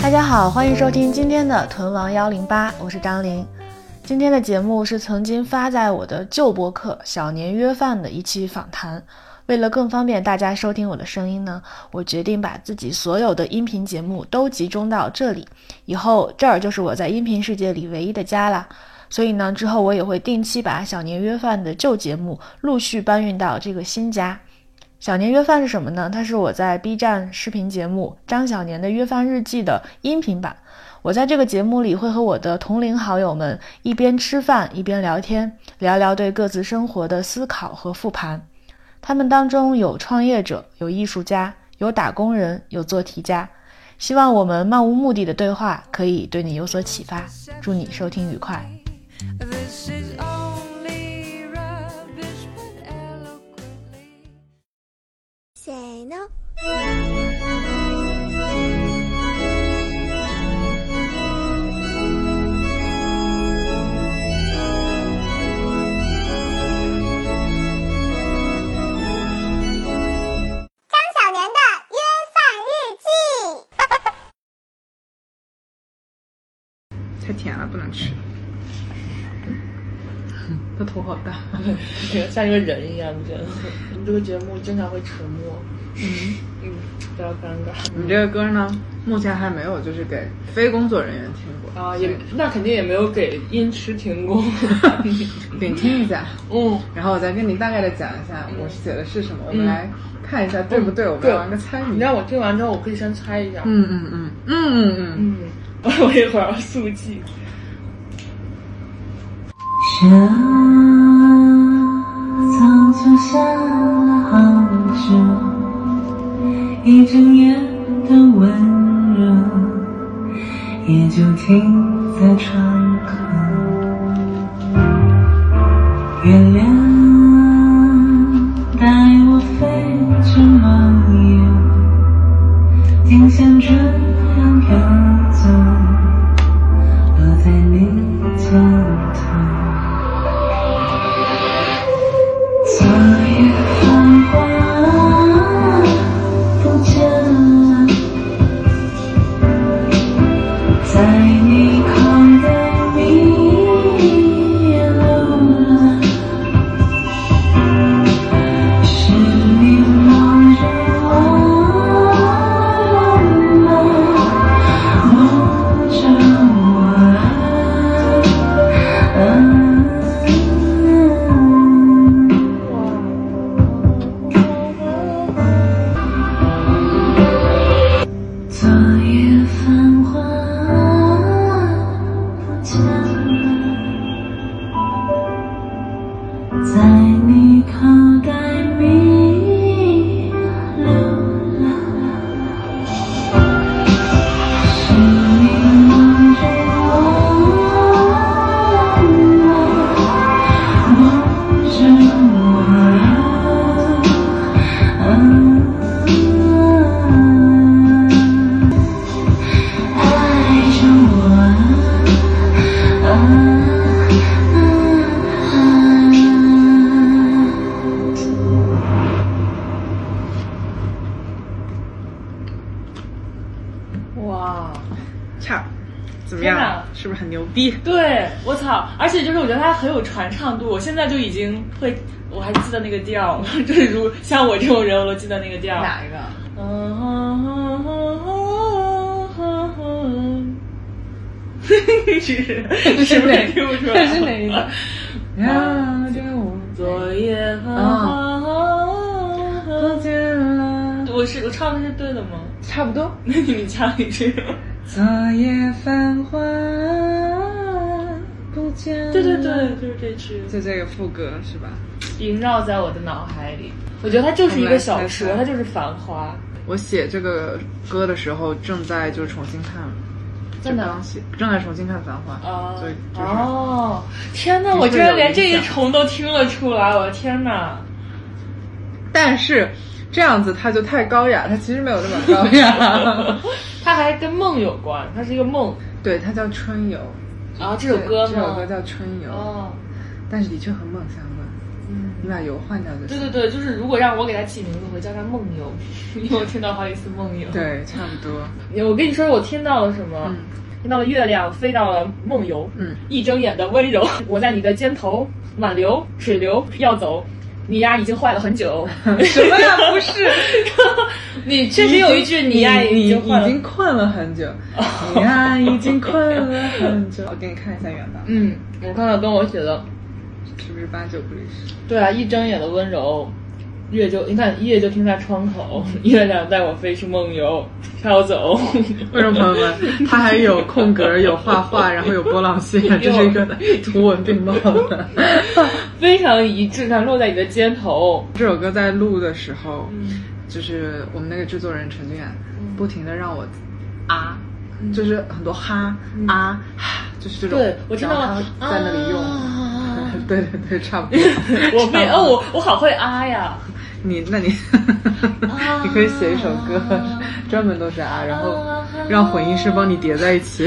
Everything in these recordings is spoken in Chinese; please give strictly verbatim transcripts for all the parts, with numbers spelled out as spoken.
大家好，欢迎收听今天的屯王一零八，我是张琳。今天的节目是曾经发在我的旧播客小年约饭的一期访谈。为了更方便大家收听我的声音呢，我决定把自己所有的音频节目都集中到这里，以后这儿就是我在音频世界里唯一的家啦。所以呢，之后我也会定期把小年约饭的旧节目陆续搬运到这个新家。小年约饭是什么呢？它是我在 B 站视频节目张小年的约饭日记的音频版。我在这个节目里会和我的同龄好友们一边吃饭一边聊天，聊聊对各自生活的思考和复盘。他们当中有创业者，有艺术家，有打工人，有做题家。希望我们漫无目的的对话可以对你有所启发。祝你收听愉快。This is only rubbish, but eloquently. Say no. 太甜了，不能吃。他头好大， 像一个人一样，真的。我们这个节目经常会沉默，嗯嗯，比较尴尬。 你这个歌呢，目前还没有就是给非工作人员听过啊，也那肯定也没有给音痴听过。 给你听一下， 嗯， 然后我再跟你大概的讲一下我写的是什么，我们来看一下对不对，我们来玩个猜谜。 你让我听完之后，我可以先猜一下。 嗯嗯嗯嗯嗯嗯嗯。 我一会儿要速记。 这早就下了好久，一整夜的温热也就停在窗口。月亮带我飞至梦游，竟像这样飘走，落在你肩头。昨夜繁华不见了，在你口袋里也流了，是你梦着我了，梦着我啊。 是不是很牛逼？ 对，我操！而且就是我觉得它很有传唱度，我现在就已经会，我还记得那个调，就是如像我这种人，我都记得那个调。 哪一个？ 嗯哼哼哼哼哼。是是不是听不出来？ 这是哪一个？呀，这个我昨夜繁华不见了。我是我唱的是对的吗？ 差不多。 那你唱一句。 昨夜繁华不见了。 对对对，就是这句， 就这个副歌是吧？ 萦绕在我的脑海里。我觉得它就是一个小说，它就是繁花。 我写这个歌的时候，正在就是重新看， 在哪写？正在重新看《繁花》 啊， 所以就是哦，天哪！我居然连这一重都听了出来，我的天哪！ 但是这样子它就太高雅，它其实没有那么高雅。 它还跟梦有关，它是一个梦。 对，它叫《春游》。 啊，这首歌吗？ 这首歌叫《春游》。 哦， 但是的确和梦相关。 嗯， 你把油换掉就行。 对对对，就是如果让我给它起名字，我会叫它梦游，因为我听到好几次梦游。 对，差不多。 我跟你说，我听到了什么？嗯、听到了月亮飞到了梦游， 嗯， 一睁眼的温柔，我在你的肩头，挽流水流要走。你呀已经坏了很久， 什么呀？不是， 你确实有一句你呀已经已经困了很久，你呀已经困了很久。我给你看一下原版。 嗯，我看到跟我写的， 是不是八九不离十？ 对啊，一睁眼的温柔，月就你看夜就听在窗口，月亮带我飞去梦游，飘走。 观众朋友们，它还有空格，有画画，然后有波浪线，这是一个图文并茂的， 非常一致。看落在你的肩头。 这首歌在录的时候，嗯、就是我们那个制作人陈俊远，嗯、不停的让我啊，嗯、就是很多哈、嗯、啊，就是这种。 对，我知道他在那里用。啊对对对，差不多。 我会哦，我我好会啊呀！ 你那你你可以写一首歌，专门都是啊，然后让混音师帮你叠在一起。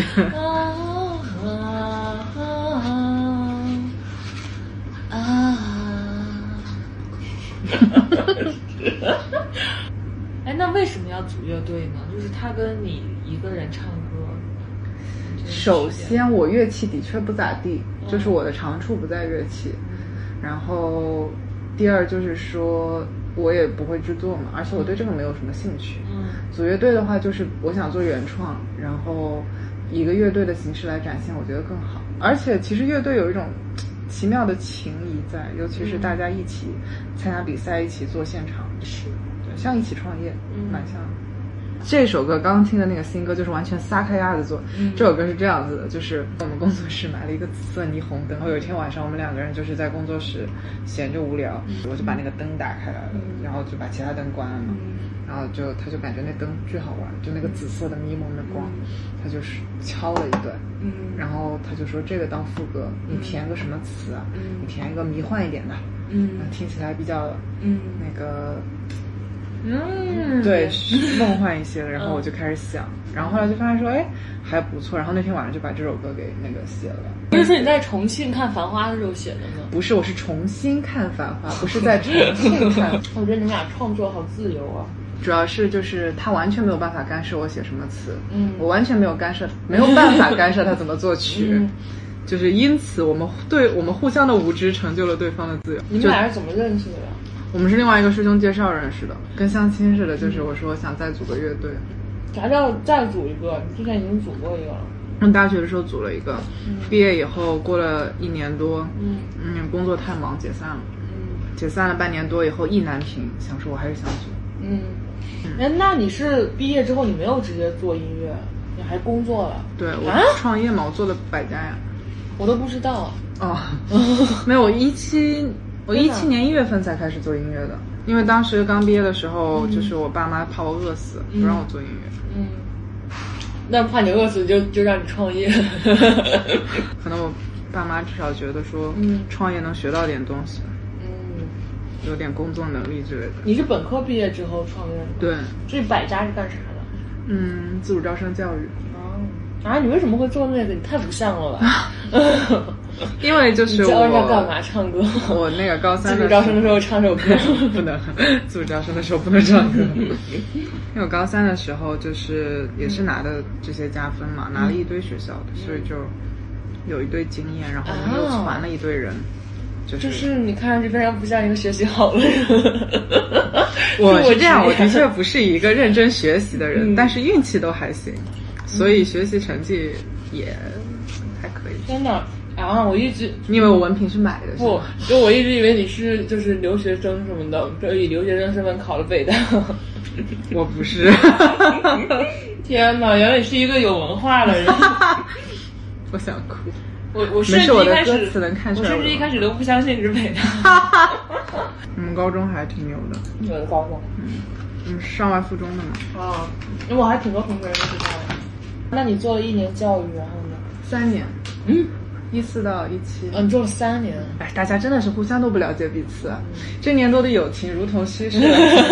哎，那为什么要组乐队呢？就是他跟你一个人唱歌。 首先，我乐器的确不咋地，嗯、就是我的长处不在乐器。然后，第二就是说，我也不会制作嘛，而且我对这个没有什么兴趣。嗯，组乐队的话，就是我想做原创，然后以一个乐队的形式来展现，我觉得更好。而且，其实乐队有一种奇妙的情谊在，尤其是大家一起参加比赛，一起做现场，是，对，像一起创业，嗯、蛮像的。这首歌刚刚听的那个新歌就是完全撒开鸭子做、嗯、这首歌是这样子的，就是我们工作室买了一个紫色霓虹灯，然后有一天晚上我们两个人就是在工作室闲着无聊、嗯、我就把那个灯打开来了、嗯、然后就把其他灯关了嘛、嗯、然后就他就感觉那灯巨好玩，就那个紫色的迷蒙的光、嗯、他就是敲了一段、嗯、然后他就说这个当副歌你填个什么词啊、嗯、你填一个迷幻一点的，嗯，听起来比较嗯那个嗯，对，梦幻一些的。然后我就开始想，嗯、然后后来就发现说，哎，还不错。然后那天晚上就把这首歌给那个写了。 不是说你在重庆看《繁花》的时候写的吗？ 不是，我是重新看《繁花》，不是在重庆看。 我觉得你们俩创作好自由啊。 主要是就是他完全没有办法干涉我写什么词，嗯，我完全没有干涉，没有办法干涉他怎么作曲。嗯，就是因此我们对我们互相的无知成就了对方的自由。 你们俩是怎么认识的呀？ 我们是另外一个师兄介绍认识的，跟相亲似的，就是我说我想再组个乐队。 啥叫再组一个？你之前已经组过一个了。 嗯，大学的时候组了一个，嗯、毕业以后过了一年多，嗯嗯，工作太忙解散了，嗯，解散了半年多以后意难平，想说我还是想组。 嗯，哎、嗯，那你是毕业之后你没有直接做音乐，你还工作了？ 对，我创业嘛，我做了百家呀。 我都不知道。 哦，没有，我一七。我一七年一月份才开始做音乐的，因为当时刚毕业的时候，嗯、就是我爸妈怕我饿死，嗯、不让我做音乐。 嗯，那怕你饿死就就让你创业。 可能我爸妈至少觉得说，嗯、创业能学到点东西，嗯，有点工作能力之类的。 你是本科毕业之后创业的吗？ 对。 这百家是干啥的？ 嗯，自主招生教育。 哦，啊，你为什么会做那个？你太不像了吧。 因为就是我教人家干嘛唱歌？ 我那个高三自主招生的时候唱首歌不能，自主招生的时候不能唱歌。因为我高三的时候就是也是拿的这些加分嘛，嗯、拿了一堆学校的，所以就有一堆经验，然后我们又传了一堆人。就是、 就是你看上去非常不像一个学习好的人。 我是这样，我的确不是一个认真学习的人，嗯、但是运气都还行，所以学习成绩也还可以。 真的。啊！我一直你以为我文凭是买的？ 不，就我一直以为你是就是留学生什么的，就以留学生身份考了北大。 我不是。 天哪！原来你是一个有文化的人。 我想哭。 我我甚至一开始我甚至一开始都不相信你是北大。 我们高中还挺牛的。 你们的高中？ 嗯，嗯，上外附中的嘛。 啊，因为我还挺多同学都是这样的。那你做了一年教育，然后呢？ 三年。嗯。一四到一七， 嗯，做了三年。 哎，大家真的是互相都不了解彼此，啊，嗯、这年多的友情如同稀释。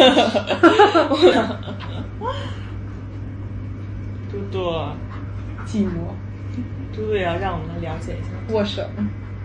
多多， 寂寞。 多多也要让我们了解一下。 握手。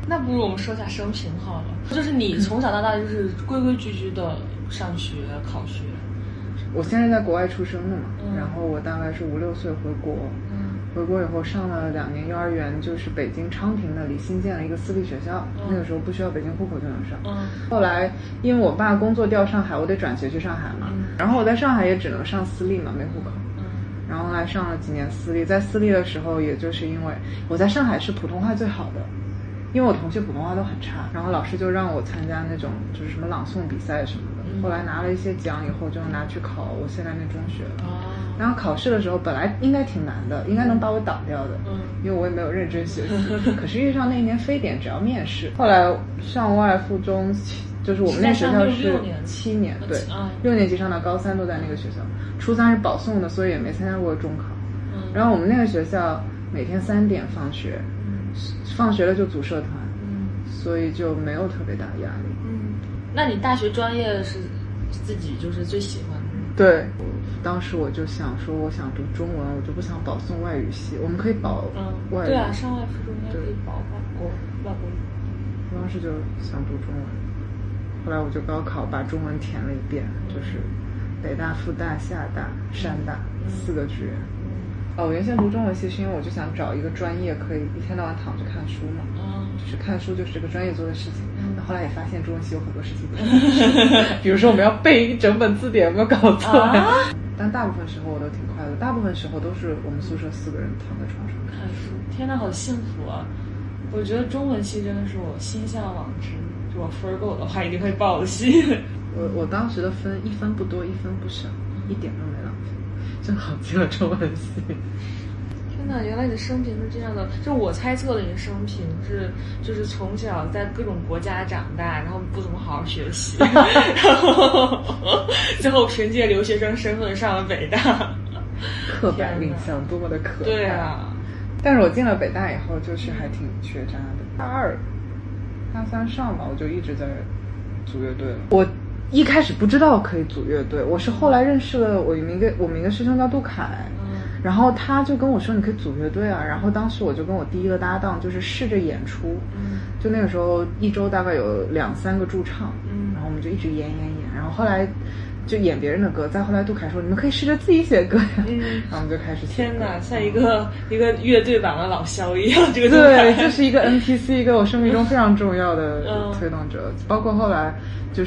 那不如我们说一下生平好了，就是你从小到大就是规规矩矩的上学考学。 我现在在国外出生的嘛， 嗯、 然后我大概是五六岁回国，嗯、回国以后上了两年幼儿园，就是北京昌平那里新建了一个私立学校，嗯、那个时候不需要北京户口就能上。嗯、后来因为我爸工作调上海，我得转学去上海嘛，嗯、然后我在上海也只能上私立嘛，没户口。嗯、然后来上了几年私立，在私立的时候，也就是因为我在上海是普通话最好的。因为我同学普通话都很差，然后老师就让我参加那种就是什么朗诵比赛什么的，嗯、后来拿了一些奖以后就拿去考我现在那中学。哦、然后考试的时候本来应该挺难的，应该能把我挡掉的，嗯、因为我也没有认真学习。可是遇上那一年非典，只要面试。后来上外附中，就是我们那学校是七年，对，六年级上到高三都在那个学校，初三是保送的，所以也没参加过中考。嗯、然后我们那个学校每天三点放学。放学了就组社团，嗯，所以就没有特别大的压力。 嗯，那你大学专业是自己就是最喜欢的？ 对，当时我就想说，我想读中文，我就不想保送外语系。我们可以保外语， 嗯、对啊，上外附中应该可以保外国外国语。 我当时就想读中文，后来我就高考把中文填了一遍，嗯、就是北大、复大、厦大、山大、嗯、四个志愿。哦，我原先读中文系是因为我就想找一个专业可以一天到晚躺着看书嘛，嗯、就是看书就是这个专业做的事情。嗯、后来也发现中文系有很多事情不是，比如说我们要背一整本字典，有没有搞错？啊、但大部分时候我都挺快乐，大部分时候都是我们宿舍四个人躺在床上看书。天哪，好幸福啊！我觉得中文系真的是我心向往之，就我分够的话一定会报的系。 我我当时的分一分不多，一分不少，一点都没浪费。正好进了中文系。 天哪，原来你的生平是这样的！就我猜测的你的生平是，就是从小在各种国家长大，然后不怎么好好学习，然后最后凭借留学生身份上了北大。 刻板印象多么的可怕！ 对啊， 但是我进了北大以后，就是还挺缺渣的。大二、大三上吧，我就一直在组乐队了。我。一开始不知道可以组乐队，我是后来认识了我们一个我们一个师兄叫杜凯，嗯、然后他就跟我说你可以组乐队啊，然后当时我就跟我第一个搭档就是试着演出，嗯、就那个时候一周大概有两三个驻唱，嗯、然后我们就一直演演演，然后后来就演别人的歌，再后来杜凯说你们可以试着自己写歌呀，嗯、然后我们就开始写歌。 天哪，像一个、嗯、一个乐队版的老肖一样，这个对，这是一个 N P C， 一个我生命中非常重要的推动者，嗯、包括后来就是。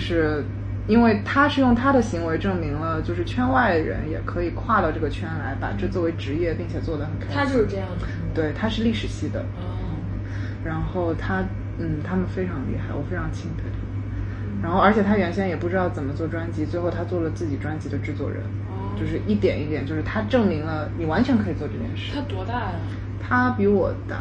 因为他是用他的行为证明了，就是圈外人也可以跨到这个圈来，把这作为职业，并且做得很开心。 他就是这样的。 对，他是历史系的。哦。然后他，嗯，他们非常厉害，我非常钦佩他。嗯、然后，而且他原先也不知道怎么做专辑，最后他做了自己专辑的制作人。哦。就是一点一点，就是他证明了你完全可以做这件事。 他多大呀？ 他比我大。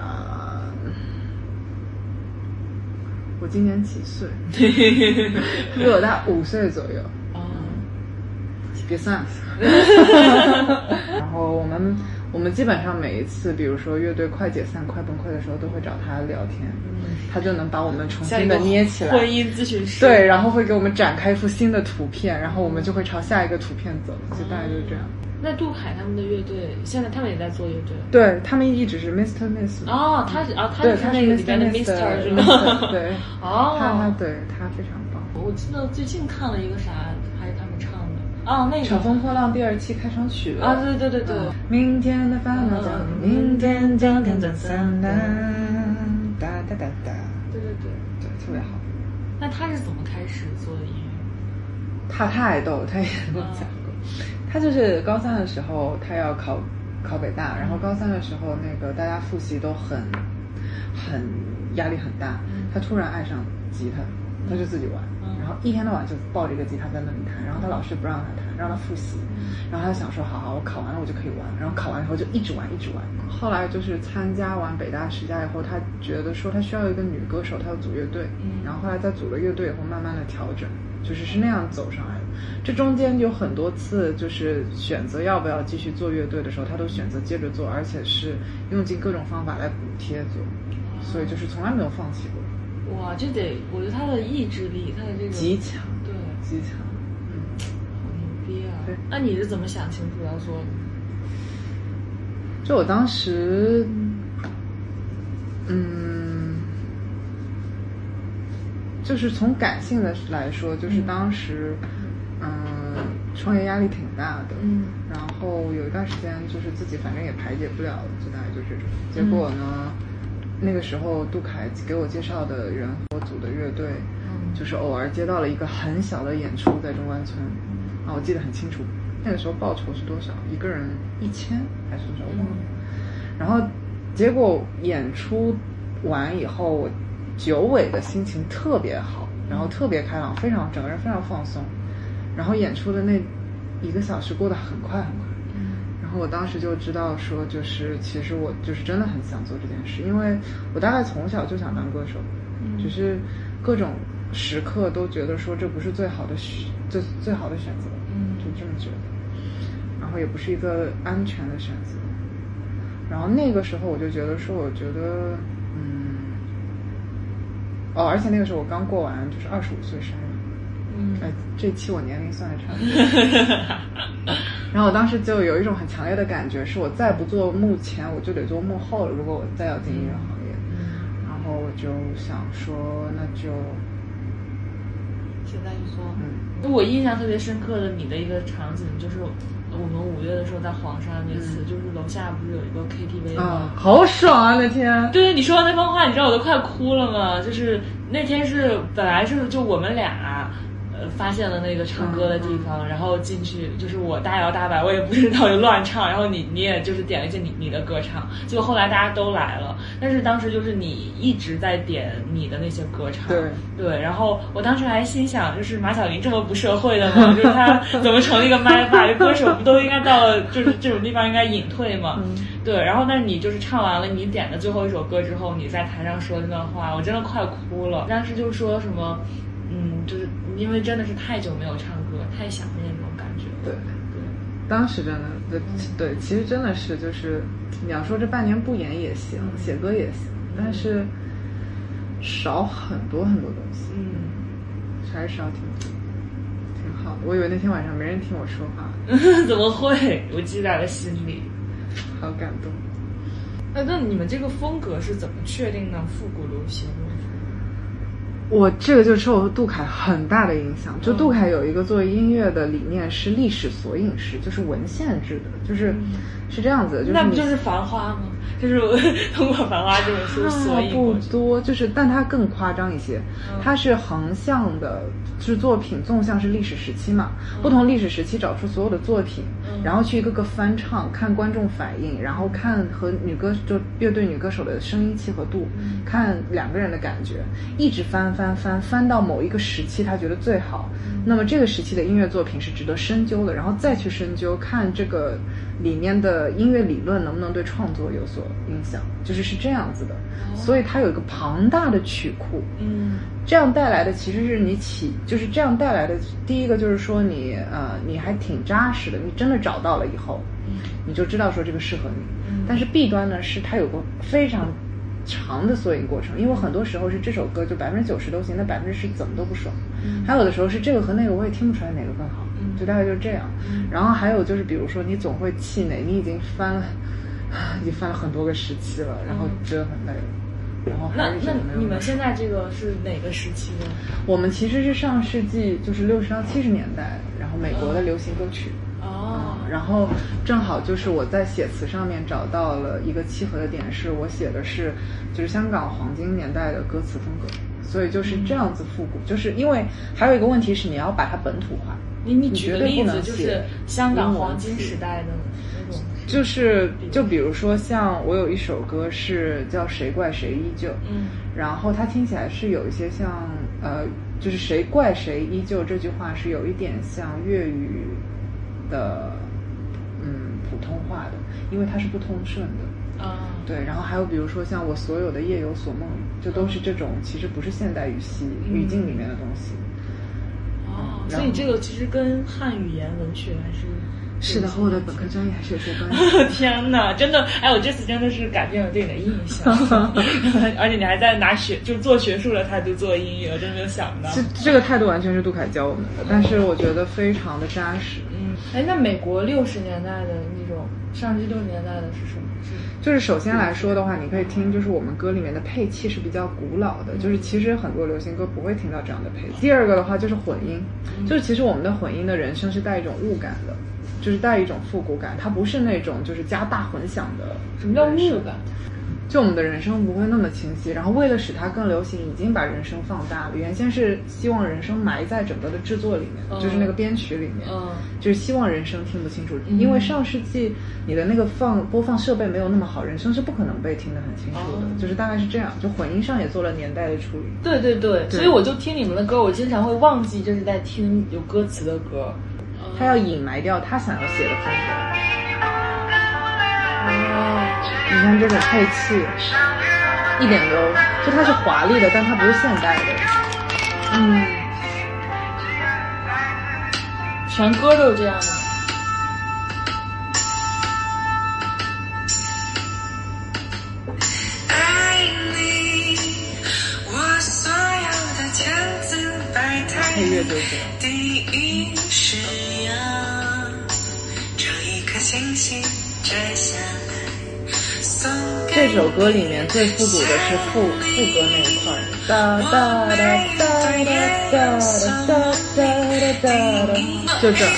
我今年几岁？比我大五岁左右。哦，别算。然后我们我们基本上每一次，比如说乐队快解散、快崩溃的时候，都会找他聊天，嗯、他就能把我们重新的捏起来。 婚姻咨询师。 对，然后会给我们展开一幅新的图片，然后我们就会朝下一个图片走，就大概就是这样。 那杜凯他们的乐队，现在他们也在做乐队。 对，他们一直是 Mister Miss。 哦，他是啊，他是那个里面的 Mister 是吗？对， 哦， 他他对他非常棒。 我记得最近看了一个啥，还是他们唱的哦，那个《 乘风破浪》第二期开场曲啊，对对对对。 嗯、明天的烦恼将明天将天降散哒哒哒哒哒。 对对对对，特别好。 那他是怎么开始做的音乐？ 他太逗，他也跟我讲过。他就是高三的时候，他要考考北大，然后高三的时候，那个大家复习都很很压力很大，他突然爱上吉他，他就自己玩，然后一天到晚就抱着一个吉他在那里弹，然后他老师不让他弹，让他复习，然后他想说好好，我考完了我就可以玩，然后考完以后就一直玩一直玩。后来就是参加完北大十佳以后，他觉得说他需要一个女歌手，他要组乐队，然后后来在组了乐队以后，慢慢的调整，就是是那样走上来的。这中间有很多次就是选择要不要继续做乐队的时候，他都选择接着做，而且是用尽各种方法来补贴做，所以就是从来没有放弃过。 哇，这得我觉得他的意志力，他的这个极强， 对， 极强， 嗯，好牛逼啊！对，那你是怎么想清楚要做的？ 就我当时，嗯， 就是从感性的来说，就是当时嗯、呃、创业压力挺大的， 嗯， 然后有一段时间就是自己反正也排解不了了，就大概就这种。结果呢、嗯、那个时候杜凯给我介绍的人和我组的乐队，嗯，就是偶尔接到了一个很小的演出在中关村，啊，我记得很清楚，那个时候报酬是多少？一个人一千还是多少？我忘了。然后结果演出完以后，我九尾的心情特别好，然后特别开朗，非常整个人非常放松。然后演出的那一个小时过得很快很快。然后我当时就知道说，就是其实我就是真的很想做这件事，因为我大概从小就想当歌手，只是各种时刻都觉得说这不是最好的最最好的选择，就这么觉得。然后也不是一个安全的选择。然后那个时候我就觉得说，我觉得，嗯，哦，而且那个时候我刚过完就是二十五岁生日，嗯，哎，这期我年龄算的差不多。然后我当时就有一种很强烈的感觉，是我再不做幕前，我就得做幕后了。如果我再要进音乐行业，嗯，然后我就想说，那就现在去做。嗯，我印象特别深刻的你的一个场景就是。我们五月的时候在黄山那次，嗯、就是楼下不是有一个 K T V 吗？ 啊，好爽啊！那天。 对，你说的那番话，你知道我都快哭了吗？就是那天是本来是就我们俩。呃，发现了那个唱歌的地方，嗯、然后进去就是我大摇大摆，我也不知道就乱唱，然后你你也就是点了一些你你的歌唱，结果后来大家都来了，但是当时就是你一直在点你的那些歌唱， 对对，然后我当时还心想，就是马小玲这么不社会的吗？就是他怎么成了一个麦霸？就歌手不都应该到了就是这种地方应该隐退嘛？嗯、对，然后但是你就是唱完了你点的最后一首歌之后，你在台上说那段话，我真的快哭了。当时就说什么，嗯，就是。因为真的是太久没有唱歌，太想念那种感觉。 对对，当时真的对对，其实真的是就是你要说这半年不演也行，嗯、写歌也行，但是少很多很多东西。嗯，还是少挺多，挺好的。我以为那天晚上没人听我说话， 怎么会？我记在了心里， 好感动。 那那你们这个风格是怎么确定的？复古流行？ 我这个就受杜凯很大的影响，就杜凯有一个作为音乐的理念是历史索引式，就是文献制的，就是是这样子的，就是那不就是繁花吗？就是通过繁花这本书索引不多，就是但它更夸张一些，它是横向的，就是作品，纵向是历史时期嘛，不同历史时期找出所有的作品，然后去一个个翻唱，看观众反应，然后看和女歌就乐队女歌手的声音契合度，看两个人的感觉，一直翻翻翻翻到某一个时期他觉得最好，那么这个时期的音乐作品是值得深究的，然后再去深究看这个里面的音乐理论能不能对创作有所影响，就是是这样子的，所以它有一个庞大的曲库，嗯，这样带来的其实是你起，就是这样带来的第一个就是说你呃你还挺扎实的，你真的找到了以后，你就知道说这个适合你，但是弊端呢是它有个非常长的索引过程，因为很多时候是这首歌就百分之九十都行，那百分之十怎么都不爽，嗯，还有的时候是这个和那个我也听不出来哪个更好，嗯，就大概就是这样，嗯，然后还有就是比如说你总会气馁，你已经翻了已经翻了很多个时期了，然后觉得很累了，嗯，然后还是那那你们现在这个是哪个时期呢？ 我们其实是上世纪就是六十到七十年代，然后美国的流行歌曲。哦，嗯，然后正好就是我在写词上面找到了一个契合的点，是我写的是就是香港黄金年代的歌词风格，所以就是这样子复古，嗯，就是因为还有一个问题是你要把它本土化。 你你举个例子，就是香港黄金时代的那种， 就是就比如说像我有一首歌是叫谁怪谁依旧，嗯，然后它听起来是有一些像呃就是谁怪谁依旧这句话是有一点像粤语的嗯普通话的，因为它是不通顺的啊，对，然后还有比如说像我所有的夜有所梦，就都是这种其实不是现代语系，嗯，语境里面的东西。 哦，所以这个其实跟汉语言文学还是是的，和我的本科专业还是有些关系。 天哪，真的，哎，我这次真的是改变了对你的印象，而且你还在拿学就是做学术的态度做音乐，我真没有想到。 这这个态度完全是杜凯教我们的，但是我觉得非常的扎实。嗯， 嗯，哎，那美国六十年代的那种上世纪六十年代的是什么？是就是首先来说的话，你可以听，就是我们歌里面的配器是比较古老的，就是其实很多流行歌不会听到这样的配器。第二个的话就是混音，就是其实我们的混音的人声是带一种雾感的，就是带一种复古感，它不是那种就是加大混响的。 什么叫雾感？ 就我们的人声不会那么清晰，然后为了使它更流行，已经把人声放大了。原先是希望人声埋在整个的制作里面，嗯、就是那个编曲里面，嗯、就是希望人声听不清楚，嗯、因为上世纪你的那个放播放设备没有那么好，人声是不可能被听得很清楚的，嗯、就是大概是这样。就混音上也做了年代的处理。 对对 对, 对，所以我就听你们的歌，我经常会忘记这是在听有歌词的歌， 他要隐埋掉他想要写的风格。 哦， 你看这种配器一点都就它是华丽的，但它不是现代的。 嗯，全歌都是这样的。 爱你，我所有的千姿百态， 配乐就是第一是要找一颗星星摘下来。 这首歌里面最复古的是副副歌那一块，哒哒哒哒哒哒哒哒哒哒，就这。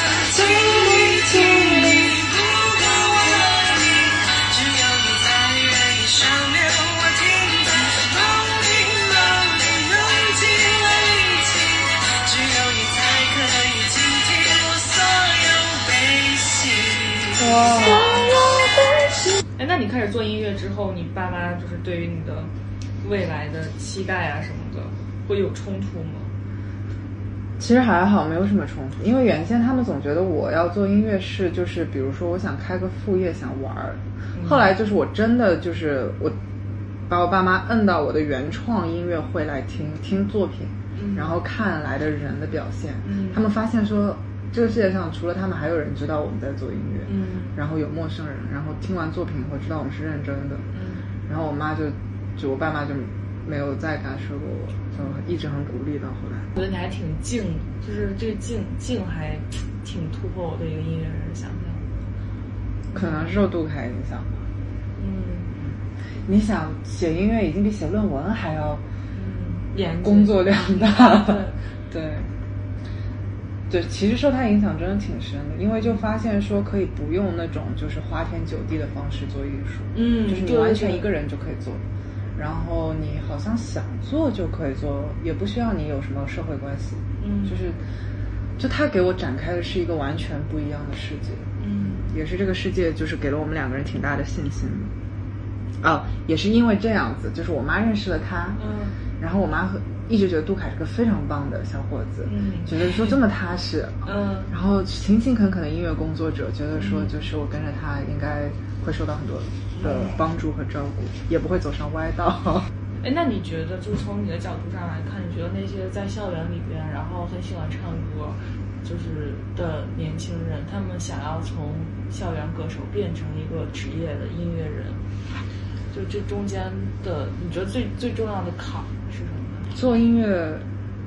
哇！ 哎，那你开始做音乐之后，你爸妈就是对于你的未来的期待啊什么的，会有冲突吗？ 其实还好，没有什么冲突，因为原先他们总觉得我要做音乐是就是比如说我想开个副业想玩儿，嗯、后来就是我真的就是我把我爸妈摁到我的原创音乐会来听听作品，嗯、然后看来的人的表现，嗯、他们发现说这个世界上除了他们还有人知道我们在做音乐，嗯，然后有陌生人，然后听完作品以后知道我们是认真的，嗯，然后我妈就就我爸妈就没有再干涉过我，就一直很鼓励到后来。 我觉得你还挺静，就是这个静静还挺突破我对一个音乐人的想象。 可能是受杜凯影响吧。 嗯， 你想写音乐已经比写论文还要嗯工作量大， 对对。对，其实受他影响真的挺深的，因为就发现说可以不用那种就是花天酒地的方式做艺术， 嗯， 就是你完全一个人就可以做，然后你好像想做就可以做，也不需要你有什么社会关系， 嗯， 就是就他给我展开的是一个完全不一样的世界， 嗯， 也是这个世界就是给了我们两个人挺大的信心的，哦，也是因为这样子，就是我妈认识了他， 嗯， 然后我妈和一直觉得杜凯是个非常棒的小伙子， 嗯， 觉得说这么踏实， 嗯， 然后勤勤恳恳的音乐工作者，觉得说就是我跟着他应该会受到很多的帮助和照顾，嗯、也不会走上歪道。 哎，那你觉得，就是从你的角度上来看，你觉得那些在校园里边，然后很喜欢唱歌，就是的年轻人，他们想要从校园歌手变成一个职业的音乐人，就这中间的，你觉得最最重要的坎是什么？ 做音乐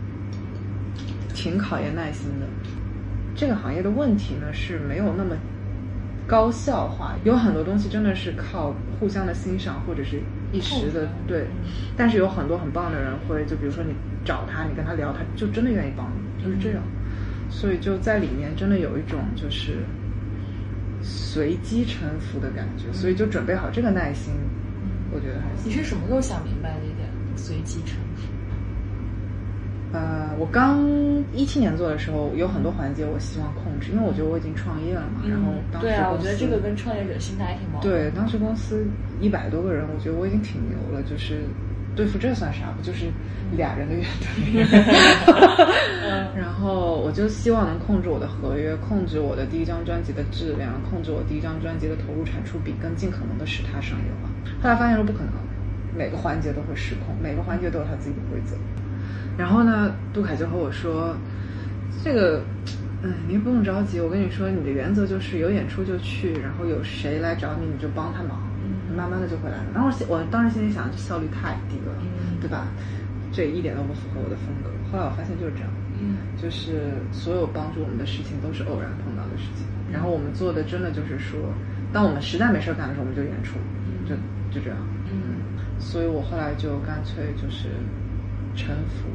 挺考验耐心的，这个行业的问题呢是没有那么高效化，有很多东西真的是靠互相的欣赏或者是一时的对，但是有很多很棒的人会，就比如说你找他，你跟他聊，他就真的愿意帮你，就是这样。所以就在里面真的有一种就是随机臣服的感觉，所以就准备好这个耐心，我觉得还是。 你是什么时候想明白这点随机臣服？ 呃，我刚一七年做的时候，有很多环节我希望控制，因为我觉得我已经创业了嘛。 嗯、 然后当时对啊，我觉得这个跟创业者心态挺矛盾。 对，当时公司一百多个人，我觉得我已经挺牛了，就是对付这算啥？不就是俩人的乐队？然后我就希望能控制我的合约，控制我的第一张专辑的质量，控制我第一张专辑的投入产出比，跟尽可能的使它商业化。后来发现说不可能，每个环节都会失控，每个环节都有它自己的规则。然后呢，杜凯就和我说，这个嗯，你不用着急，我跟你说，你的原则就是有演出就去，然后有谁来找你你就帮他忙，嗯，慢慢的就会来了。然后我当时心里想，这效率太低了，嗯，对吧？这一点都不符合我的风格。后来我发现就是这样，嗯，就是所有帮助我们的事情都是偶然碰到的事情。然后我们做的真的就是说，当我们实在没事干的时候，我们就演出，就就这样。 嗯， 所以我后来就干脆就是臣服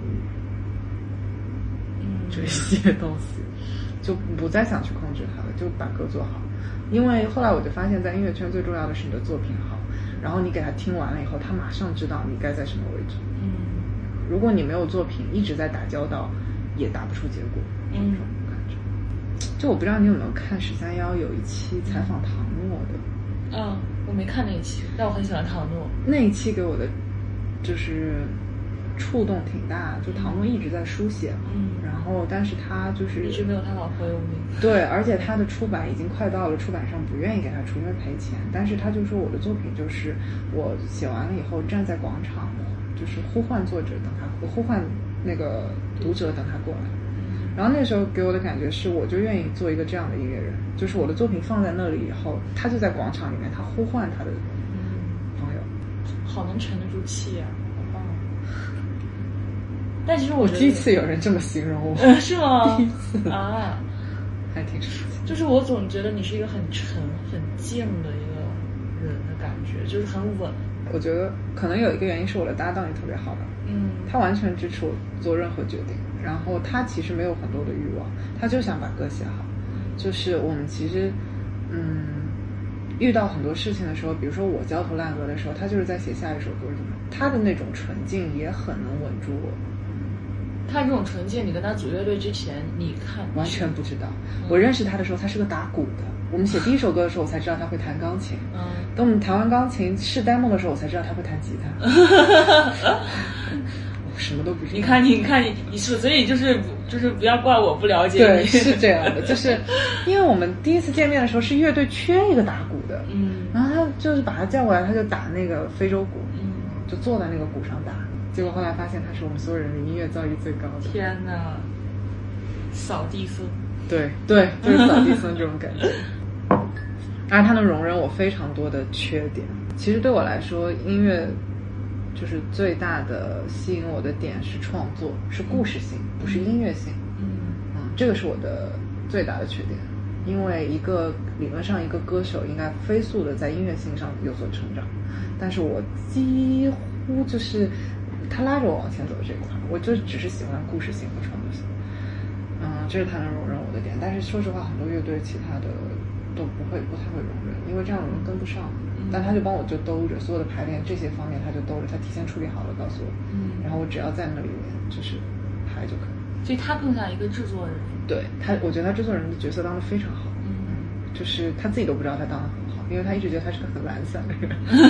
嗯这些东西，就不再想去控制它了，就把歌做好。因为后来我就发现，在音乐圈最重要的是你的作品好，然后你给他听完了以后，他马上知道你该在什么位置。 嗯， 如果你没有作品，一直在打交道，也打不出结果。 嗯这种感觉。就我不知道你有没有看十三幺有一期采访唐诺的， 嗯，我没看那一期，但我很喜欢唐诺。 那一期给我的就是触动挺大，就唐诺一直在书写嘛， 嗯然后但是他就是一直没有他老婆有名。 对，而且他的出版已经快到了出版商不愿意给他出，因为赔钱。但是他就说我的作品就是我写完了以后站在广场，就是呼唤作者等他，呼唤那个读者等他过来。然后那时候给我的感觉是，我就愿意做一个这样的音乐人，就是我的作品放在那里以后，他就在广场里面，他呼唤他的朋友。 好能沉得住气啊，好棒啊！但其实我觉得我第一次有人这么形容我， 呃是吗？ 第一次啊， 还挺神奇。 就是我总觉得你是一个很沉、很静的一个人的感觉，就是很稳。 我觉得可能有一个原因是我的搭档也特别好吧， 嗯， 他完全支持我做任何决定，然后他其实没有很多的欲望，他就想把歌写好。就是我们其实，嗯，遇到很多事情的时候，比如说我焦头烂额的时候，他就是在写下一首歌什么，他的那种纯净也很能稳住我。 他这种纯净，你跟他组乐队之前，你看完全不知道。我认识他的时候，他是个打鼓的。我们写第一首歌的时候，我才知道他会弹钢琴。 嗯， 等我们弹完钢琴试 demo 的时候，我才知道他会弹吉他。我什么都不知道。 你看，你看，你你是，所以就是就是不要怪我不了解对， 你。 是这样的，就是因为我们第一次见面的时候是乐队缺一个打鼓的， 嗯然后他就是把他叫过来，他就打那个非洲鼓， 嗯， 就坐在那个鼓上打。结果后来发现他是我们所有人的音乐造诣最高的。 天哪，扫地僧。 对对，就是扫地僧这种感觉。而他能容忍我非常多的缺点。其实对我来说，音乐就是最大的吸引我的点是创作，是故事性，不是音乐性。 嗯嗯，这个是我的最大的缺点。因为一个理论上一个歌手应该飞速的在音乐性上有所成长，但是我几乎就是他拉着我往前走这一块，我就只是喜欢故事性和创作性。嗯，这是他能容忍我的点。但是说实话，很多乐队其他的都不会不太会容忍，因为这样的人跟不上。但他就帮我就兜着所有的排练这些方面，他就兜着，他提前处理好了告诉我， 嗯， 然后我只要在那里面就是排就可以。 所以他更像一个制作人。 对他，我觉得他制作人的角色当得非常好。 嗯， 就是他自己都不知道他当得很好，因为他一直觉得他是个很懒散的人。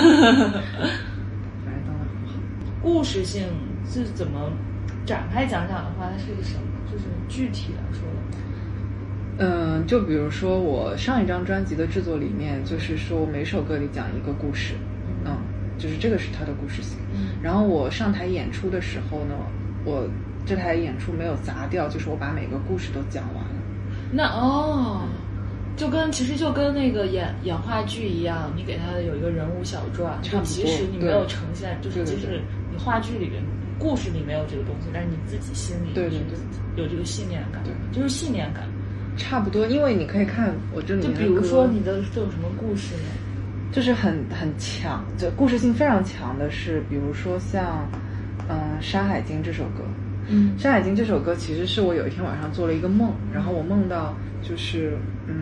反正当得很好。 故事性是怎么展开讲讲的话，它是一个什么？就是具体来说的。 嗯，就比如说我上一张专辑的制作理念，就是说每首歌里讲一个故事，嗯，就是这个是它的故事性。 嗯， 然后我上台演出的时候呢，我这台演出没有砸掉，就是我把每个故事都讲完了。 那哦，就跟其实就跟那个演演话剧一样，你给他有一个人物小传， 差不多就即使你没有呈现，就是即使你话剧里面故事里没有这个东西，但是你自己心里对对对有这个信念感， 对， 就是信念感。 差不多，因为你可以看我这里面的歌， 就比如说你的都有什么故事呢？ 就是很很强，就故事性非常强的是，比如说像，嗯，《山海经》这首歌。 嗯， 《山海经》这首歌其实是我有一天晚上做了一个梦，然后我梦到就是嗯，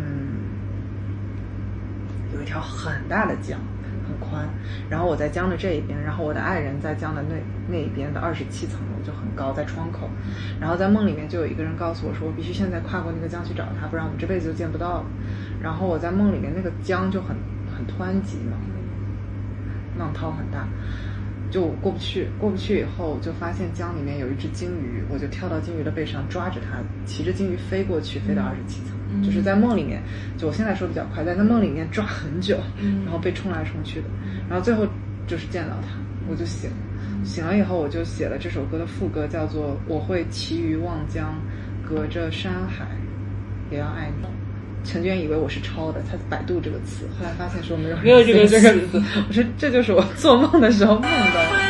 有一条很大的江，很宽，然后我在江的这一边，然后我的爱人在江的那那一边的二十七层楼，就很高，在窗口。然后在梦里面就有一个人告诉我说，我必须现在跨过那个江去找他，不然我们这辈子就见不到了。然后我在梦里面，那个江就很很湍急嘛，浪涛很大，就过不去。过不去以后，就发现江里面有一只金鱼，我就跳到金鱼的背上抓着它，骑着金鱼飞过去，飞到二十七层。 嗯、 就是在梦里面，就我现在说比较快，在那梦里面抓很久， 嗯、 然后被冲来冲去的，然后最后就是见到它，我就醒了。醒了以后，我就写了这首歌的副歌，叫做“我会骑鱼望江，隔着山海，也要爱你”。陈娟以为我是抄的，她百度这个词，后来发现说没有没有这个这个词。我说这就是我做梦的时候梦到的。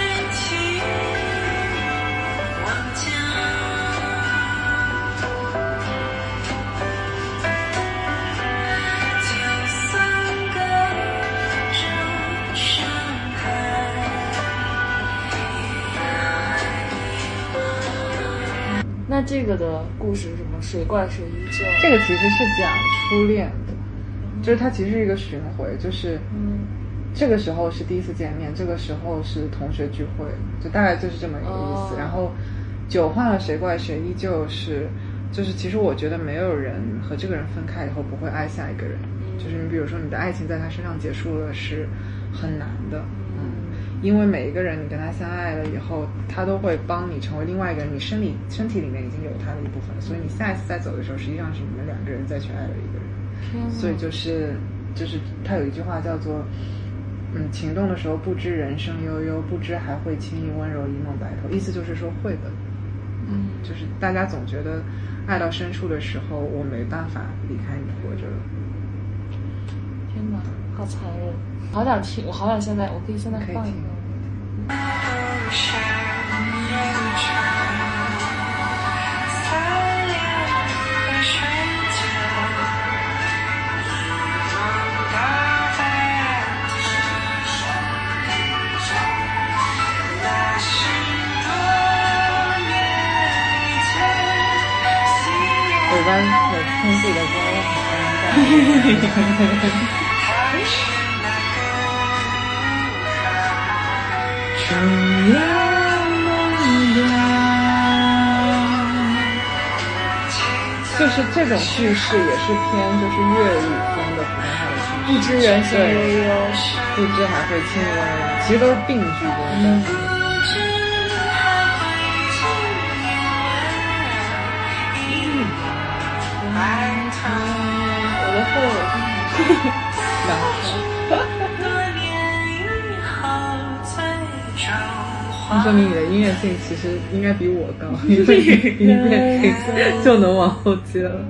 这个的故事是什么？水怪谁依旧？ 这个其实是讲初恋的，就是它其实是一个巡回，就是嗯， 这个时候是第一次见面，这个时候是同学聚会，就大概就是这么一个意思。 哦、 然后酒换了谁怪谁依旧是，就是其实我觉得没有人和这个人分开以后不会爱下一个人，嗯、就是你比如说你的爱情在他身上结束了是很难的，嗯，因为每一个人你跟他相爱了以后，他都会帮你成为另外一个人，你身体身体里面已经有他的一部分，所以你下一次再走的时候，实际上是你们两个人再去爱了一个人。所以就是就是他有一句话叫做嗯，情动的时候不知人生悠悠，不知还会轻易温柔一梦白头，意思就是说会的。嗯，就是大家总觉得爱到深处的时候我没办法离开你活着了。 天哪，好残忍，好想听，我好想现在我可以现在放一个。 我一般我听自己的歌很尴尬。就是这种叙事也是偏就是粤语风的普通话的叙事， 不知人生悠悠， 不知还会轻易温柔，其实都是病句的。嗯， 我的后尾然后那说明你的音乐性其实应该比我高，因为音乐性就能往后接了。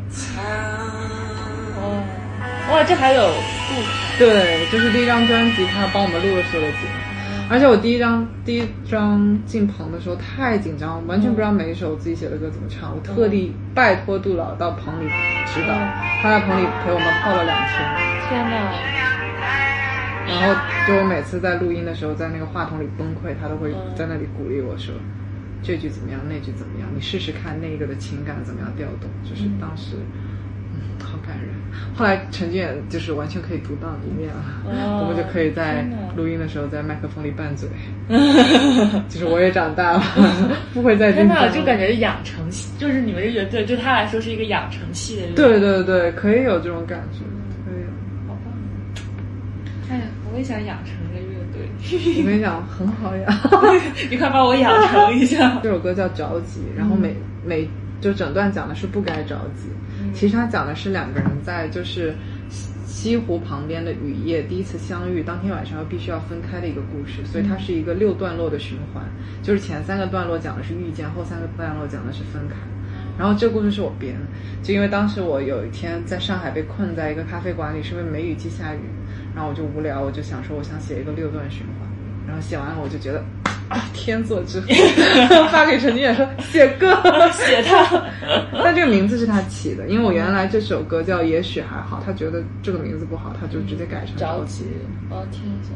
哦，哇，这还有录？ 对，就是第一张专辑，他帮我们录了所有的节目。而且我第一张第一张进棚的时候太紧张，完全不知道每一首我自己写的歌怎么唱。我特地拜托杜老到棚里指导，他在棚里陪我们泡了两天。 天哪！ 然后就我每次在录音的时候，在那个话筒里崩溃，他都会在那里鼓励我说，这句怎么样，那句怎么样，你试试看那个的情感怎么样调动。就是当时嗯好感人。后来陈俊也就是完全可以独当一面了，哦、我们就可以在录音的时候在麦克风里拌嘴。就是我也长大了，不会再这样。 天哪，就感觉养成系，就是你们这乐队对他来说是一个养成系的乐队。 对对对，可以有这种感觉。可以。 好棒！哎呀，我也想养成一个乐队。 我跟你讲，很好养。 你快把我养成一下。 这首歌叫着急，然后每、嗯、每就整段讲的是不该着急。其实他讲的是两个人在就是西湖旁边的雨夜第一次相遇，当天晚上又必须要分开的一个故事，所以它是一个六段落的循环，就是前三个段落讲的是遇见，后三个段落讲的是分开。然后这个故事是我编的，就因为当时我有一天在上海被困在一个咖啡馆里，是因为梅雨季下雨，然后我就无聊，我就想说我想写一个六段循环，然后写完了我就觉得啊，天作之合，发给陈俊也说写歌写他， 但这个名字是他起的，因为我原来这首歌叫也许还好，他觉得这个名字不好，他就直接改成着急。 我要听一下。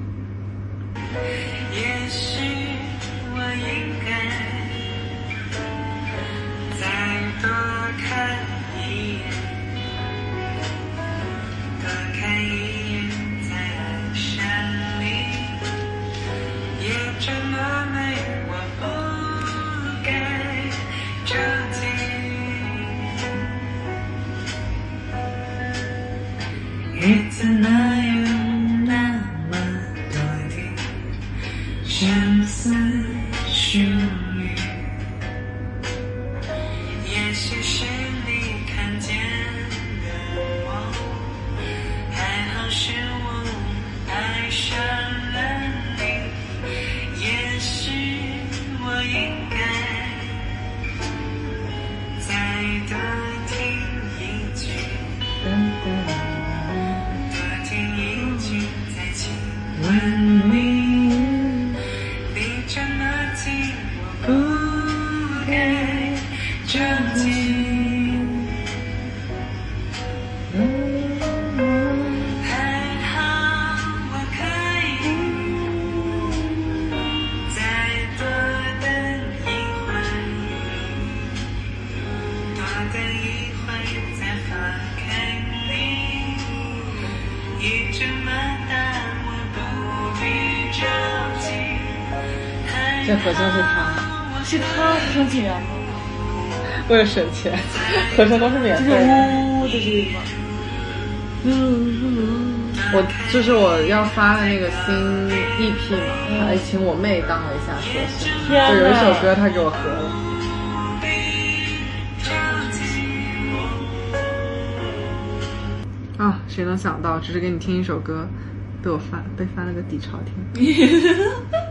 也许我应该再多看一眼，多看一眼在爱上你，也这么美，我不该着急。日子哪有那么多的相思疏雨？也许是你看见的我，还好是我爱上了你。也许我应该再多听一句，多听这合成是他， 是他合成演员吗？ 为了省钱，合成都是免费就是的。 呜的这个吗？ 我就是我要发的那个新 E P 嘛，还请我妹当了一下说是， 天哪就有一首歌她给我合了。啊，谁能想到，只是给你听一首歌，被我翻被翻了个底朝天。